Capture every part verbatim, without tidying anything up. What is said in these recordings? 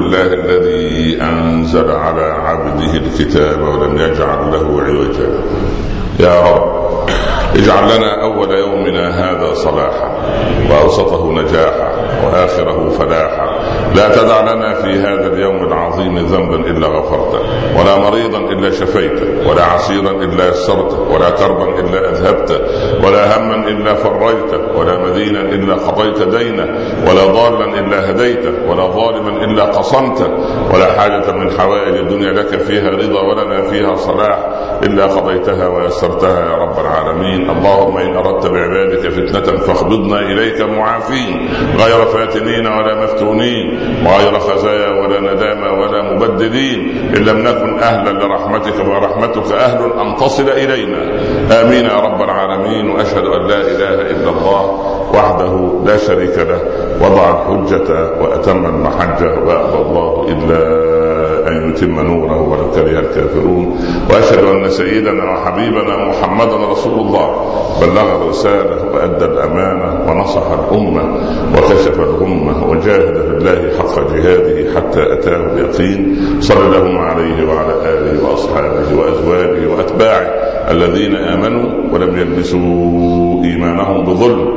لله الذي أنزل على عبده الكتاب ولم يجعل له عوجا. يا رب اجعل لنا أول يومنا هذا صلاحا، وأوسطه نجاحا، وآخره فلاحا. لا تدع لنا في هذا اليوم العظيم ذنبا إلا غفرته، ولا مريضا إلا شفيته، ولا عسيرا إلا يسرته، ولا كربا إلا أذهبته، ولا هما إلا فرجته، ولا مدينا إلا قضيت دينه، ولا ضالا إلا هديته، ولا ظالما إلا قصمته، ولا حاجة من حوائج الدنيا لك فيها رضا ولنا فيها صلاح إلا قضيتها ويسرتها يا رب العالمين. اللهم إن أردت بعبادك فتنة فاخبضنا إليك معافين، غير فاتنين ولا مفتونين، وغير خزايا ولا ندامة ولا مبدلين، إن لم نكن أهلا لرحمتك ورحمتك أهل أن تصل إلينا. آمين يا رب العالمين. وأشهد أن لا إله إلا الله وحده لا شريك له، وضع الحجة وأتم المحجة، وأبى الله إلا أن يتم نوره ولو كره الكافرون. وأشهد أن سيدنا وحبيبنا محمدا رسول الله بلغ الرسالة وأدى الأمانة ونصح الأمة وكشف الغمة وجاهد في الله حق جهاده حتى أتاه اليقين. صلى الله عليه وعلى آله وأصحابه وأزواجه وأتباعه الذين آمنوا ولم يلبسوا إيمانهم بظلم،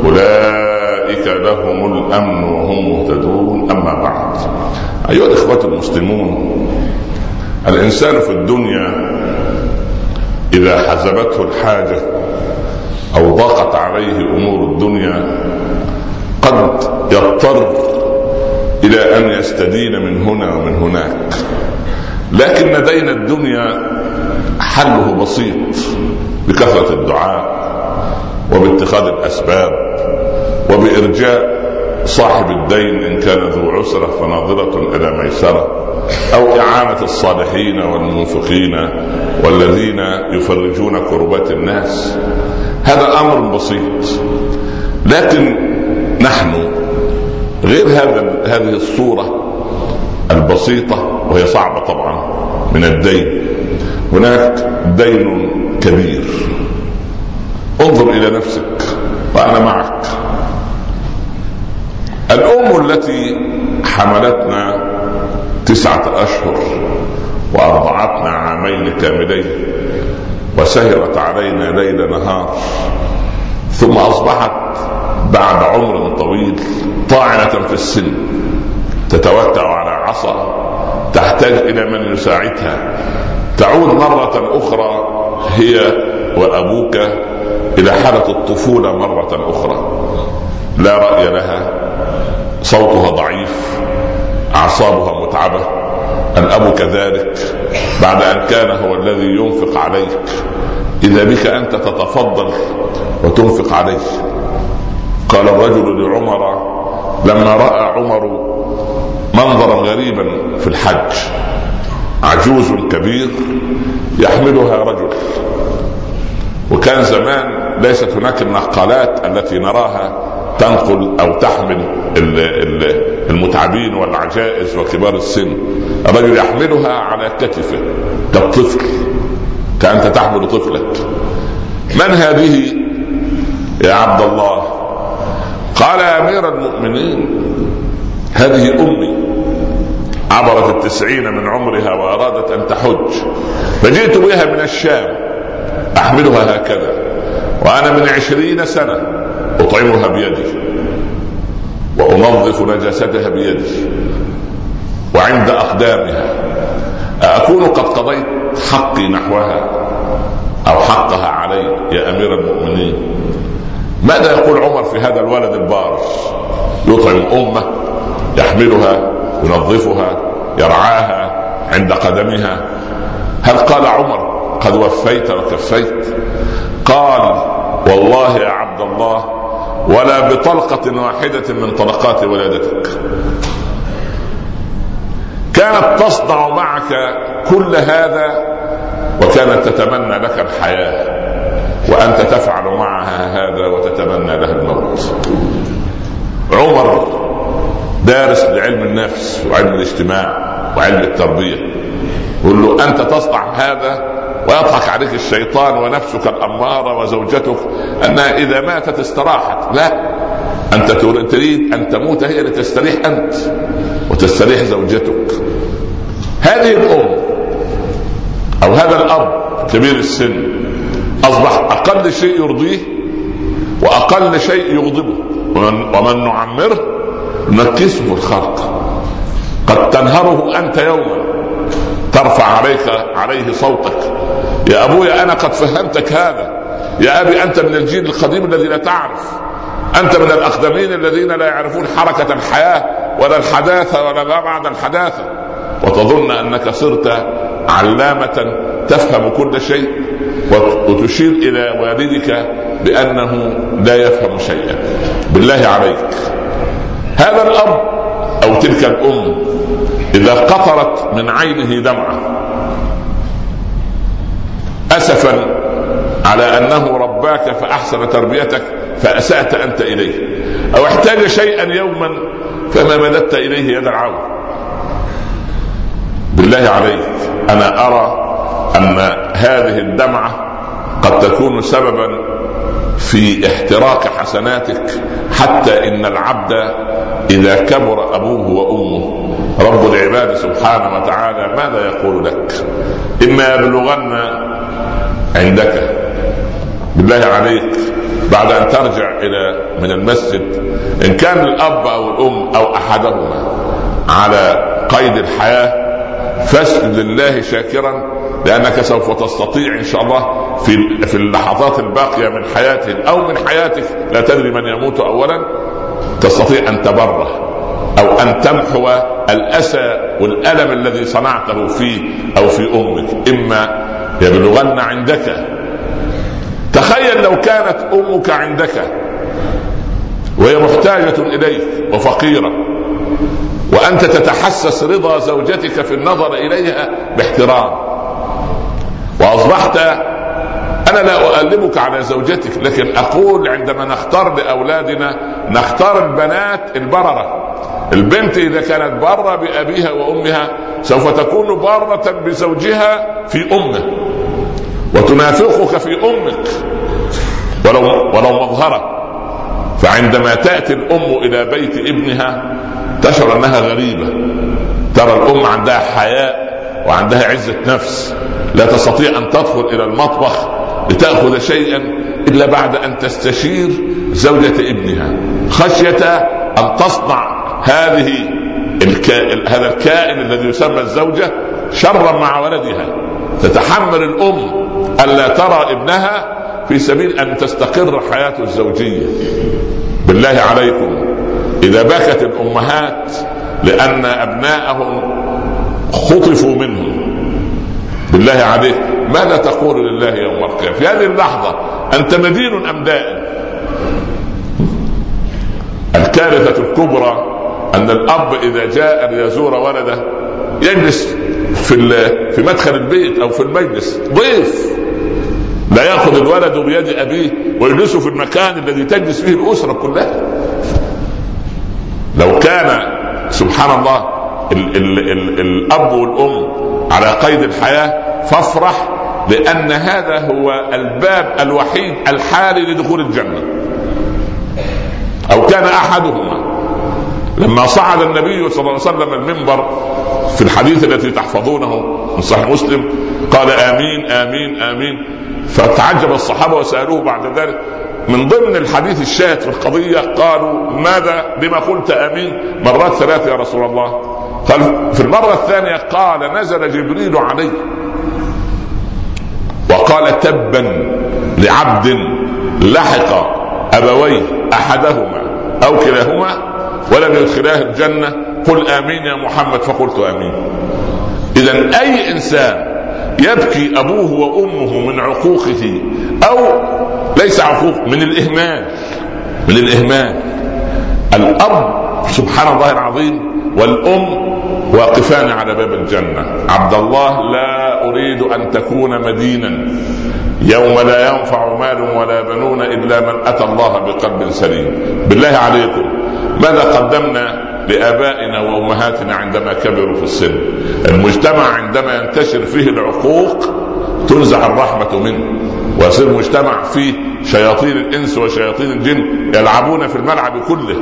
أولئك لهم الأمن وهم مهتدون. أما بعد، أيها الإخوة المسلمون، الإنسان في الدنيا إذا حزبته الحاجة أو ضاقت عليه أمور الدنيا قد يضطر إلى أن يستدين من هنا ومن هناك، لكن دين الدنيا حله بسيط بكثرة الدعاء وباتخاذ الأسباب وبإرجاء صاحب الدين إن كان ذو عسرة فناظرة إلى ميسرة، أو إعانة الصالحين والمنفقين والذين يفرجون كربات الناس. هذا أمر بسيط، لكن نحن غير هذا هذه الصورة البسيطة وهي صعبة طبعا من الدين. هناك دين كبير. انظر إلى نفسك وأنا معك. الأم التي حملتنا تسعة أشهر وأرضعتنا عامين كاملين وسهرت علينا ليل نهار، ثم أصبحت بعد عمر طويل طاعنة في السن، تتوكأ على عصا، تحتاج إلى من يساعدها، تعود مرة أخرى هي وأبوك إلى حالة الطفولة مرة أخرى. لا رأي لها، صوتها ضعيف، أعصابها متعبة. الأب كذلك بعد أن كان هو الذي ينفق عليك، إذا بك أنت تتفضل وتنفق عليه. قال الرجل لعمر لما رأى عمر منظرا غريبا في الحج، عجوز كبير يحملها رجل، وكان زمان ليست هناك النقالات التي نراها تنقل أو تحمل المتعبين والعجائز وكبار السن. الرجل يحملها على كتفه كالطفل، كأنت تحمل طفلك. من هذه يا عبد الله؟ قال يا أمير المؤمنين هذه أمي، عبرت التسعين من عمرها وأرادت أن تحج، فجئت بها من الشام أحملها هكذا، وأنا من عشرين سنة أطعمها بيدي وأنظف نجاستها بيدي وعند أقدامها. أكون قد قضيت حقي نحوها أو حقها علي يا أمير المؤمنين؟ ماذا يقول عمر في هذا الولد البار يطعم أمه، يحملها، ينظفها، يرعاها عند قدمها؟ هل قال عمر قد وفيت وكفيت؟ قال والله يا عبد الله ولا بطلقة واحدة من طلقات ولادتك. كانت تصنع معك كل هذا وكانت تتمنى لك الحياة، وأنت تفعل معها هذا وتتمنى لها الموت. عمر دارس لعلم النفس وعلم الاجتماع وعلم التربية، يقول له أنت تصنع هذا ويضحك عليك الشيطان ونفسك الأمارة وزوجتك أنها إذا ماتت استراحت. لا، أنت تريد أن تموت هي لتستريح أنت وتستريح زوجتك. هذه الأم أو هذا الأب كبير السن أصبح أقل شيء يرضيه وأقل شيء يغضبه، ومن, ومن نعمره نكسه في الخلق. قد تنهره أنت يوما، ترفع عليك عليه صوتك: يا أبويا أنا قد فهمتك هذا، يا أبي أنت من الجيل القديم الذي لا تعرف، أنت من الأقدمين الذين لا يعرفون حركة الحياة ولا الحداثة ولا ما بعد الحداثة، وتظن أنك صرت علامة تفهم كل شيء وتشير إلى والدك بأنه لا يفهم شيئا. بالله عليك، هذا الأب أو تلك الأم إذا قطرت من عينه دمعة أسفا على أنه رباك فأحسن تربيتك فأسأت أنت إليه، أو احتاج شيئا يوما فما مددت إليه يد العون، بالله عليك أنا أرى أن هذه الدمعة قد تكون سببا في احتراق حسناتك، حتى إن العبد إذا كبر أبوه وأمه رب العباد سبحانه وتعالى ماذا يقول لك؟ إما يبلغن عندك، بالله عليك بعد أن ترجع إلى من المسجد إن كان الأب أو الأم أو أحدهما على قيد الحياة فاسجد لله شاكرا، لأنك سوف تستطيع إن شاء الله في في اللحظات الباقية من حياته أو من حياتك، لا تدري من يموت أولا، تستطيع أن تبره أو أن تمحو الأسى والألم الذي صنعته فيه أو في أمك. إما يبلغن عندك، تخيل لو كانت أمك عندك وهي محتاجة إليك وفقيرة وأنت تتحسس رضا زوجتك في النظر إليها باحترام، وأصبحت أنا لا أؤلمك على زوجتك، لكن أقول عندما نختار لأولادنا نختار البنات البررة. البنت إذا كانت برة بأبيها وأمها سوف تكون برة بزوجها في أمه وتنافقك في أمك ولو, ولو مظهرة. فعندما تأتي الأم إلى بيت ابنها تشعر أنها غريبة، ترى الأم عندها حياء وعندها عزة نفس، لا تستطيع أن تدخل إلى المطبخ لتأخذ شيئا إلا بعد أن تستشير زوجة ابنها، خشية أن تصنع هذه الكائن هذا الكائن الذي يسمى الزوجة شرا مع ولدها. تتحمل الأم ألا ترى ابنها في سبيل أن تستقر حياته الزوجية. بالله عليكم إذا بكت الأمهات لأن أبنائهم خطفوا منهم، بالله عليك ماذا تقول لله يوم القيامة؟ في هذه اللحظة أنت مدين أم دائن؟ الكارثة الكبرى أن الأب إذا جاء ليزور ولده يجلس في في مدخل البيت أو في المجلس ضيف، لا يأخذ الولد بيد أبيه ويجلسه في المكان الذي تجلس فيه الأسرة كلها. لو كان سبحان الله ال ال ال الأب والأم على قيد الحياة فافرح، لأن هذا هو الباب الوحيد الحالي لدخول الجنة. أو كان أحدهما لما صعد النبي صلى الله عليه وسلم المنبر في الحديث الذي تحفظونه من صحيح مسلم قال آمين آمين آمين، فتعجب الصحابة وسألوه بعد ذلك من ضمن الحديث الشاهد في القضية قالوا ماذا لما قلت آمين مرات ثلاث يا رسول الله؟ قال في المرة الثانية قال نزل جبريل عليه وقال تبا لعبد لحق أبويه أحدهما أو كلاهما ولم يدخلاه الجنة، قل آمين يا محمد، فقلت آمين. إذن أي إنسان يبكي أبوه وأمه من عقوقه أو ليس عقوق، من الإهمال من الإهمال الأب سبحان الله العظيم والأم واقفان على باب الجنة. عبد الله لا أريد أن تكون مدينا يوم لا ينفع مال ولا بنون إلا من أتى الله بقلب سليم. بالله عليكم ماذا قدمنا لآبائنا وأمهاتنا عندما كبروا في السن؟ المجتمع عندما ينتشر فيه العقوق تنزع الرحمة منه. ويصير مجتمع فيه شياطين الإنس وشياطين الجن يلعبون في الملعب كله.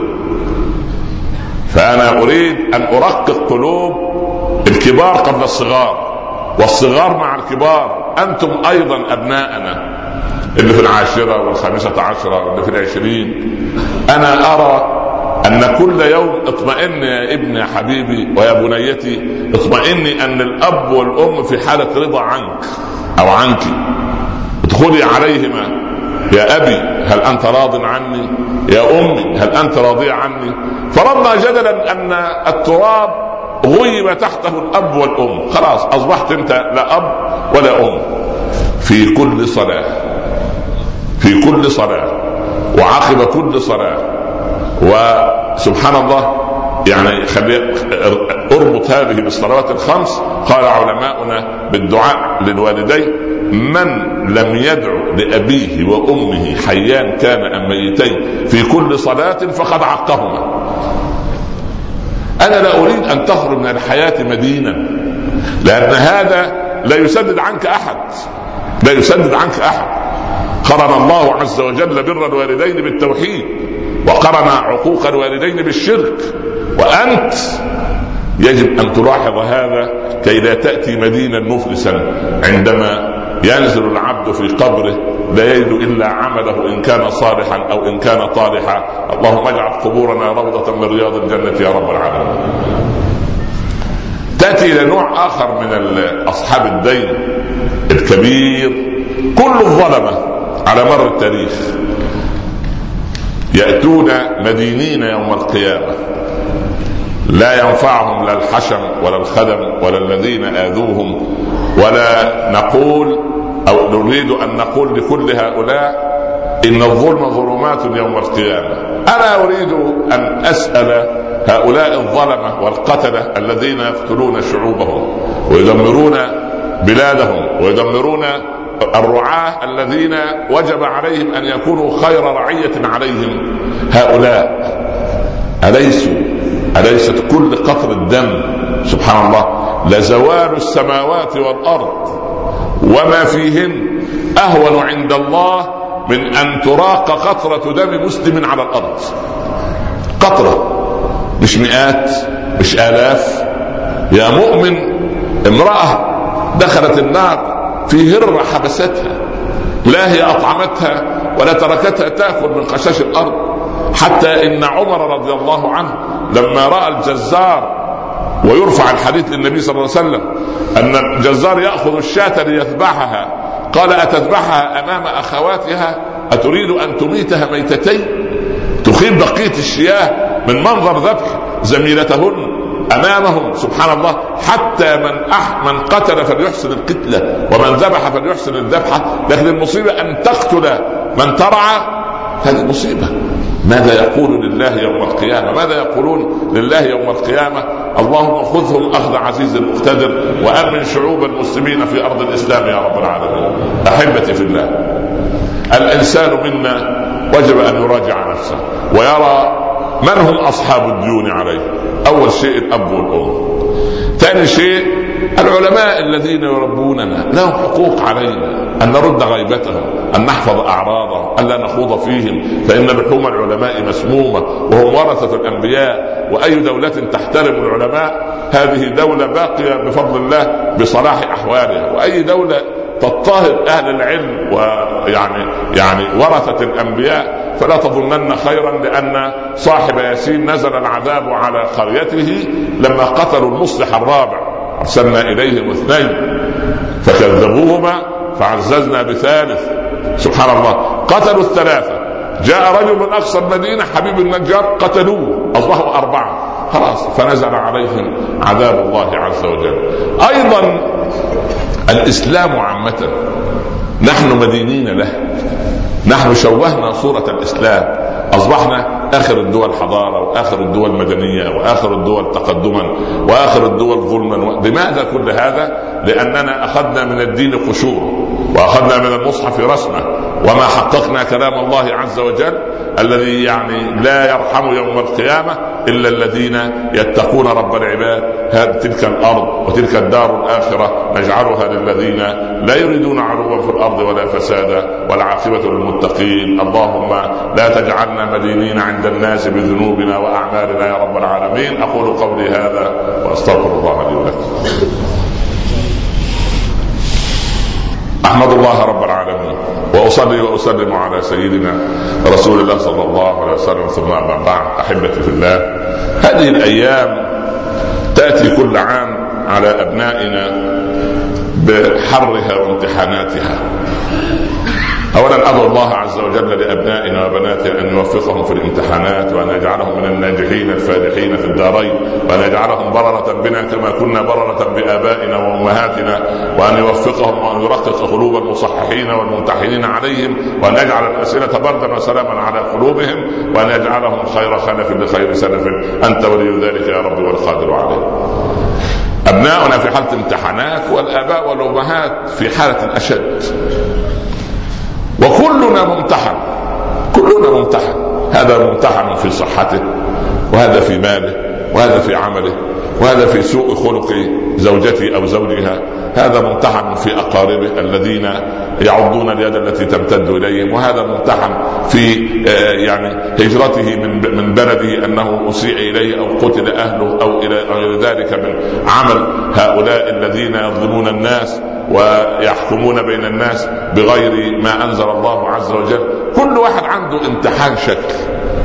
فأنا أريد أن أرقق قلوب الكبار قبل الصغار، والصغار مع الكبار. أنتم أيضا أبناءنا اللي في العاشرة والخامسة عشرة واللي في العشرين. أنا أرى أن كل يوم اطمئن يا ابني يا حبيبي ويا بنيتي، اطمئني أن الأب والأم في حالة رضا عنك أو عنك. ادخلي عليهما: يا أبي هل أنت راض عني؟ يا أمي هل أنت راضية عني؟ فرضنا جدلا أن التراب غيب تحته الأب والأم، خلاص أصبحت أنت لا أب ولا أم. في كل صلاة في كل صلاة وعقب كل صلاة، وسبحان الله يعني خلي اربط هذه بالصلوات الخمس. قال علماؤنا بالدعاء للوالدين: من لم يدعو لأبيه وأمه حيان كان أم ميتين في كل صلاة فقد عقهما. أنا لا أريد أن تخرج من الحياة مدينا، لأن هذا لا يسدد عنك أحد، لا يسدد عنك أحد. قرن الله عز وجل بر الوالدين بالتوحيد، وقرن عقوق الوالدين بالشرك، وأنت يجب أن تلاحظ هذا كي لا تأتي مدينا مفلسا عندما ينزل العبد في قبره لا يجد إلا عمله إن كان صالحا أو إن كان طالحا. اللهم اجعل قبورنا روضة من رياض الجنة يا رب العالمين. تأتي إلى نوع آخر من أصحاب الدين الكبير، كل الظلمة على مر التاريخ يأتون مدينين يوم القيامة، لا ينفعهم لا الحشم ولا الخدم ولا الذين آذوهم. ولا نقول أو نريد أن نقول لكل هؤلاء إن الظلم ظلمات يوم القيامة. أنا أريد أن أسأل هؤلاء الظلمة والقتلة الذين يقتلون شعوبهم ويدمرون بلادهم ويدمرون الرعاة الذين وجب عليهم أن يكونوا خير رعية عليهم، هؤلاء أليسوا أليست كل قطر الدم سبحان الله لزوال السماوات والأرض وما فيهن أهون عند الله من أن تراق قطرة دم مسلم على الأرض؟ قطرة، مش مئات مش آلاف. يا مؤمن، امرأة دخلت النار في هرة حبستها، لا هي أطعمتها ولا تركتها تأكل من قشاش الأرض. حتى إن عمر رضي الله عنه لما رأى الجزار، ويرفع الحديث للنبي صلى الله عليه وسلم أن الجزار يأخذ الشاة ليذبحها، قال: أتذبحها أمام أخواتها؟ أتريد أن تميتها ميتتين؟ تخيب بقية الشياه من منظر ذبح زميلتهن أمامهم. سبحان الله. حتى من أح من قتل فليحسن القتلة ومن ذبح فليحسن الذبحة. لكن المصيبة أن تقتل من ترعى، هذه مصيبة. ماذا يقول لله يوم القيامة؟ ماذا يقولون لله يوم القيامة؟ اللهم خذهم أخذ عزيز مقتدر وأمن شعوب المسلمين في أرض الإسلام يا رب العالمين. أحبتي في الله، الإنسان منا وجب أن يراجع نفسه ويرى من هم أصحاب الديون عليه. أول شيء الأب والأم. ثاني شيء العلماء الذين يربوننا، لهم حقوق علينا أن نرد غيبتهم، أن نحفظ أعراضهم، أن لا نخوض فيهم، فإن لحوم العلماء مسمومة وهم ورثة الأنبياء. وأي دولة تحترم العلماء هذه دولة باقية بفضل الله بصلاح أحوالها. وأي دولة تضطهد أهل العلم ويعني يعني ورثة الأنبياء فلا تظنن خيرا، لأن صاحب ياسين نزل العذاب على قريته لما قتلوا المصلح الرابع، أرسلنا إليهم اثنين فكذبوهما فعززنا بثالث. سبحان الله. قتلوا الثلاثة، جاء رجل من أقصى المدينة حبيب النجار قتلوه، أصبحوا أربعة، خلاص فنزل عليهم عذاب الله عز وجل. أيضا الإسلام عامة نحن مدينين له، نحن شوهنا صورة الإسلام، أصبحنا آخر الدول حضارة وآخر الدول مدنية وآخر الدول تقدما وآخر الدول ظلما. لماذا كل هذا؟ لأننا أخذنا من الدين قشور وأخذنا من المصحف رسمة وما حققنا كلام الله عز وجل الذي يعني لا يرحم يوم القيامة إلا الذين يتقون رب العباد. هذه تلك الأرض وتلك الدار الآخرة نجعلها للذين لا يريدون علوا في الأرض ولا فسادا والعاقبة للمتقين. اللهم لا تجعلنا مدينين عند الناس بذنوبنا وأعمالنا يا رب العالمين. أقول قولي هذا وأستغفر الله لي ولكم. أحمد الله رب العالمين وأصلي وأسلم على سيدنا رسول الله صلى الله عليه وسلم، ثم أما بعد. أحبتي في الله، هذه الأيام تأتي كل عام على أبنائنا بحرها وامتحاناتها. أولا أدعو الله عز وجل لأبنائنا وبناتنا أن يوفقهم في الامتحانات، وأن يجعلهم من الناجحين الفالحين في الدارين، وأن يجعلهم بررة بنا كما كنا بررة بآبائنا وأمهاتنا، وأن يوفقهم وأن يرقق قلوب المصححين والممتحنين عليهم، وأن يجعل الأسئلة بردا وسلاما على قلوبهم، وأن يجعلهم خير خلف لخير سلف. أنت ولي ذلك يا رب والقادر عليه. أبناؤنا في حالة امتحانات، والآباء والأمهات في حالة أشد، وكلنا ممتحن، كلنا ممتحن. هذا ممتحن في صحته، وهذا في ماله، وهذا في عمله، وهذا في سوء خلق زوجته أو زوجها، هذا ممتحن في أقاربه الذين يعضون اليد التي تمتد إليهم، وهذا ممتحن في يعني هجرته من من بلده أنه أسيء إليه أو قتل أهله أو إلى غير ذلك من عمل هؤلاء الذين يظلمون الناس ويحكمون بين الناس بغير ما أنزل الله عز وجل. كل واحد عنده امتحان شكل،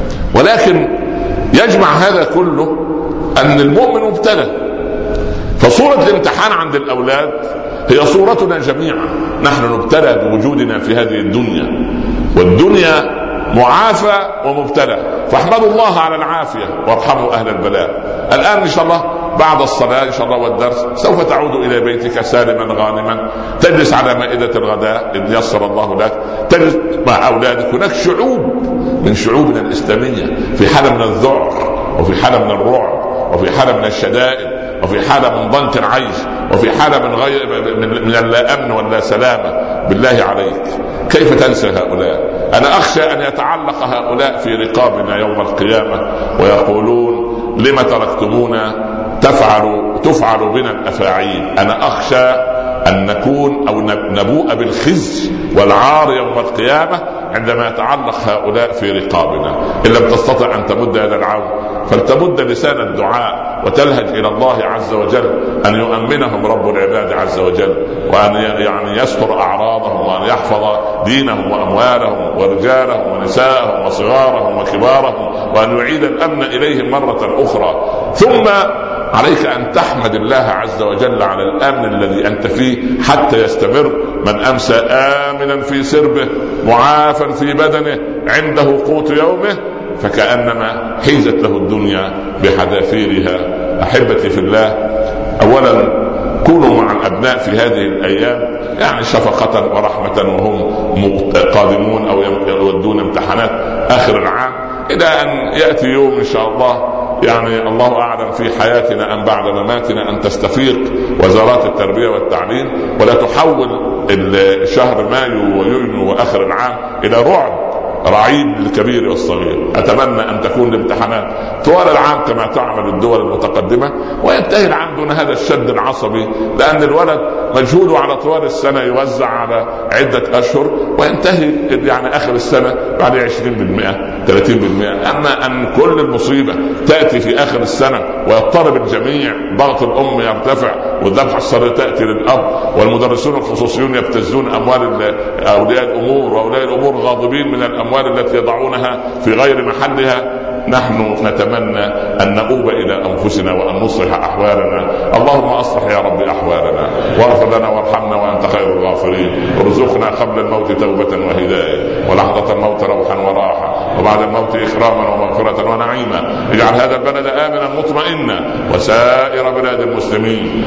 ولكن يجمع هذا كله أن المؤمن مبتلى. فصورة الامتحان عند الأولاد هي صورتنا جميعا. نحن نبتلى بوجودنا في هذه الدنيا، والدنيا معافى ومبتلى، فاحمدوا الله على العافية وارحموا أهل البلاء. الآن إن شاء الله بعد الصلاة إن شاء الله والدرس سوف تعود إلى بيتك سالما غانما، تجلس على مائدة الغداء إن يسر الله لك، تجلس مع أولادك. هناك شعوب من شعوبنا الإسلامية في حالة من الذعر، وفي حالة من الرعب، وفي حالة من الشدائد، وفي حالة من ضنك العيش، وفي حالة من غير من اللا أمن ولا سلامة. بالله عليك كيف تنسى هؤلاء؟ أنا أخشى أن يتعلق هؤلاء في رقابنا يوم القيامة ويقولون لما تركتمونا تفعل تفعل بنا الأفاعيل. أنا أخشى أن نكون أو نبوء بالخزي والعار يوم القيامة عندما يتعلق هؤلاء في رقابنا. إن لم تستطع أن تمد يد العون فلتمد لسان الدعاء وتلهج إلى الله عز وجل أن يؤمنهم رب العباد عز وجل، وأن يعني يستر أعراضهم، وأن يحفظ دينهم وأموالهم ورجالهم ونساءهم وصغارهم وكبارهم، وأن يعيد الأمن إليهم مرة أخرى. ثم عليك أن تحمد الله عز وجل على الأمن الذي أنت فيه حتى يستمر. من أمسى آمنا في سربه معافا في بدنه عنده قوت يومه فكأنما حيزت له الدنيا بحذافيرها. أحبتي في الله، أولا كونوا مع الأبناء في هذه الأيام يعني شفقة ورحمة، وهم قادمون أو يودون امتحانات آخر العام، إلى أن يأتي يوم إن شاء الله يعني الله أعلم في حياتنا أم بعد مماتنا أن تستفيق وزارات التربية والتعليم ولا تحول الشهر مايو ويونيو وآخر العام إلى رعب رعيد للكبير والصغير. أتمنى أن تكون الامتحانات طوال العام كما تعمل الدول المتقدمة، وينتهي العام دون هذا الشد العصبي، لأن الولد مجهوده على طوال السنة يوزع على عدة أشهر، وينتهي يعني آخر السنة بعد عشرين بالمئة ثلاثين بالمئة. أما أن كل المصيبة تأتي في آخر السنة ويضطرب الجميع، ضغط الأم يرتفع والذبحة الصغيرة تأتي للأب، والمدرسون الخصوصيون يبتزون أموال أولياء الأمور، وأولياء الأمور غاضبين من الأموال التي يضعونها في غير محلها. نحن نتمنى أن نؤوب إلى أنفسنا وأن نصلح أحوالنا. اللهم أصلح يا رب أحوالنا، واغفر لنا وارحمنا وأنت خير الغافرين. ارزقنا قبل الموت توبة وهداية، ولحظة الموت روحا وراحة، وبعد الموت إكراما ومغفرة ونعيما. اجعل هذا البلد آمنا مطمئنا وسائر بلاد المسلمين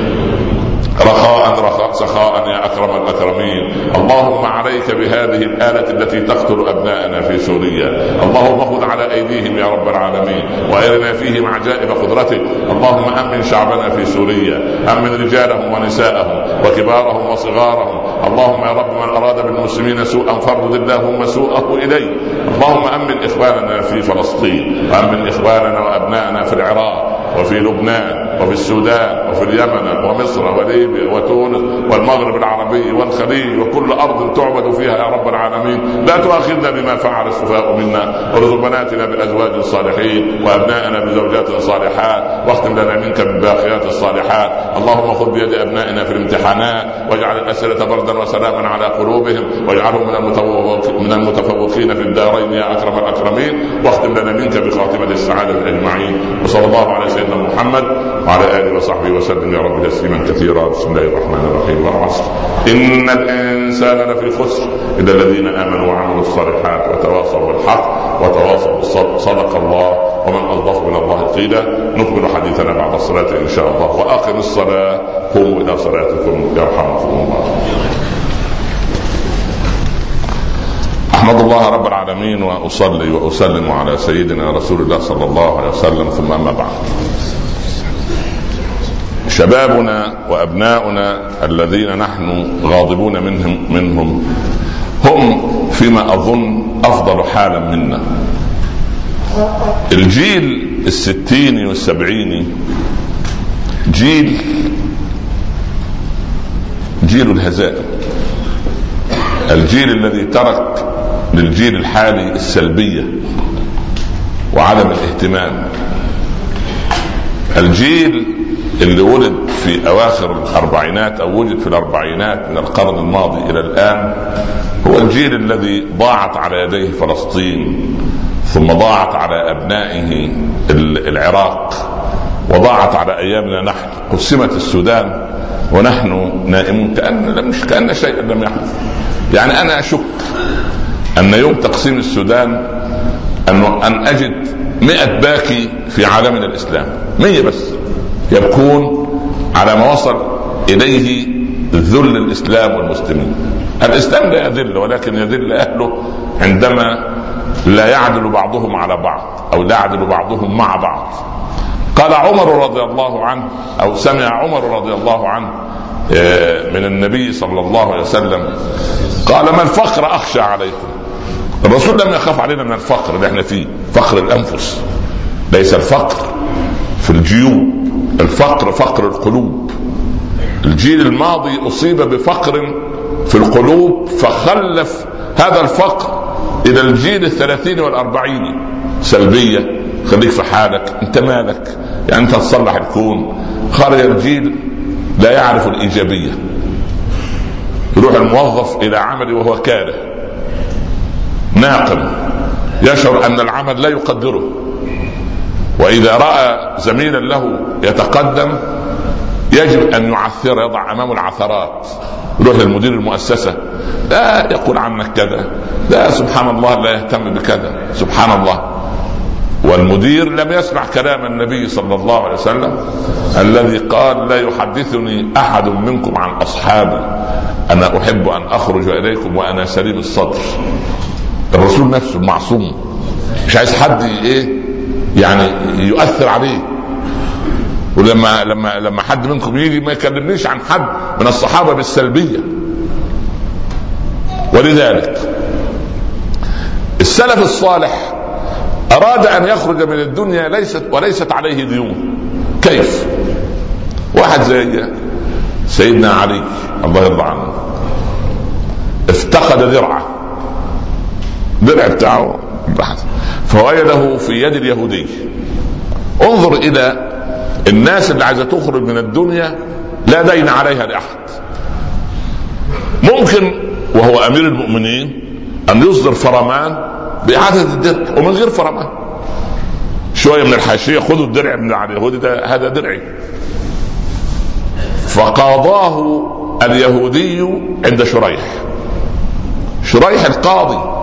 رخاء رخاء سخاء يا أكرم الأكرمين. اللهم عليك بهذه الآلة التي تقتل أبناءنا في سوريا، اللهم خذ على أيديهم يا رب العالمين، وأرنا فيهم عجائب قدرتك. اللهم أمن شعبنا في سوريا، أمن رجالهم ونساءهم وكبارهم وصغارهم، اللهم يا رب من أراد بالمسلمين سوءا فارد اللهم سوءه إليه. اللهم أمن إخواننا في فلسطين، وأمن إخواننا وأبنائنا في العراق وفي لبنان وفي السودان وفي اليمن ومصر وليبيا وتونس والمغرب العربي والخليج وكل أرض تعبد فيها يا رب العالمين. لا تؤاخذنا بما فعل السفهاء منا، وارزق بناتنا بأزواج صالحين وأبنائنا بزوجات صالحات، واختم لنا منك بالباقيات الصالحات. اللهم خذ بيد أبنائنا في الامتحانات، واجعل الأسئلة بردا وسلاما على قلوبهم، واجعلهم من المتفوقين في الدارين يا أكرم الأكرمين، واختم لنا منك بخاتمة السعادة أجمعين. وصلى الله على سيدنا محمد وعلى آله وصحبه وسلم يا رب تسليما كثيرا. بسم الله الرحمن الرحيم. والعصر إن الإنسان لفي خسر إلا الذين آمنوا وعملوا الصالحات وتواصوا بالحق وتواصوا بالصبر. صدق الله ومن أصدق من الله قيلا. نكمل حديثنا بعد الصلاة إن شاء الله. وآخر الصلاة قوموا إلى صلاتكم يرحمكم الله. أحمد الله رب العالمين وأصلي وأسلم على سيدنا رسول الله صلى الله عليه وسلم، ثم أما بعد. شبابنا وأبناؤنا الذين نحن غاضبون منهم منهم هم فيما أظن أفضل حالا منا. الجيل الستيني والسبعيني جيل جيل الهزائم، الجيل الذي ترك للجيل الحالي السلبية وعدم الاهتمام. الجيل اللي ولد في أواخر الأربعينات أو وجد في الأربعينات من القرن الماضي إلى الآن هو الجيل الذي ضاعت على يديه فلسطين، ثم ضاعت على أبنائه العراق، وضاعت على أيامنا نحن. قسمت السودان ونحن نائمون كأن مش كأن شيء لم يحدث. يعني أنا أشك أن يوم تقسيم السودان أنه أن أجد مئة باكي في عالمنا الإسلام، مية بس يبكون على ما وصل إليه ذل الإسلام والمسلمين. الإسلام لا يذل، ولكن يذل أهله عندما لا يعدل بعضهم على بعض أو لا يعدل بعضهم مع بعض. قال عمر رضي الله عنه أو سمع عمر رضي الله عنه من النبي صلى الله عليه وسلم قال: ما الفقر أخشى عليكم. الرسول لم يخاف علينا من الفقر اللي احنا فيه، فقر الأنفس، ليس الفقر في الجيوب، الفقر فقر القلوب. الجيل الماضي أصيب بفقر في القلوب فخلف هذا الفقر إلى الجيل الثلاثين والأربعين سلبية. خليك في حالك، انت مالك، يعني انت تصلح الكون. خرج الجيل لا يعرف الإيجابية، يروح الموظف إلى عمله وهو كاره ناقم، يشعر أن العمل لا يقدره، وإذا رأى زميلا له يتقدم يجب أن يعثر، يضع أمامه العثرات. يروح للمدير المؤسسة: لا يقول عنك كذا، لا سبحان الله لا يهتم بكذا، سبحان الله. والمدير لم يسمع كلام النبي صلى الله عليه وسلم الذي قال: لا يحدثني أحد منكم عن أصحابي، أنا أحب أن أخرج إليكم وأنا سليم الصدر. الرسول نفسه معصوم، مش عايز حد ايه يعني يؤثر عليه. ولما لما لما حد منكم يجي ما يكلمنيش عن حد من الصحابة بالسلبية. ولذلك السلف الصالح أراد أن يخرج من الدنيا ليست وليست عليه ديون. كيف؟ واحد زي سيدنا علي الله يرضى عنه افتقد درعه، درع بتاعه فوجده في يد اليهودي. انظر إلى الناس اللي عايزة تخرج من الدنيا لا دين عليها لأحد. ممكن وهو أمير المؤمنين أن يصدر فرمان بإعادة الدرع ومن غير فرمان. شوية من الحاشية: خذوا الدرع من اليهودي، ده هذا درعي. فقاضاه اليهودي عند شريح شريح القاضي،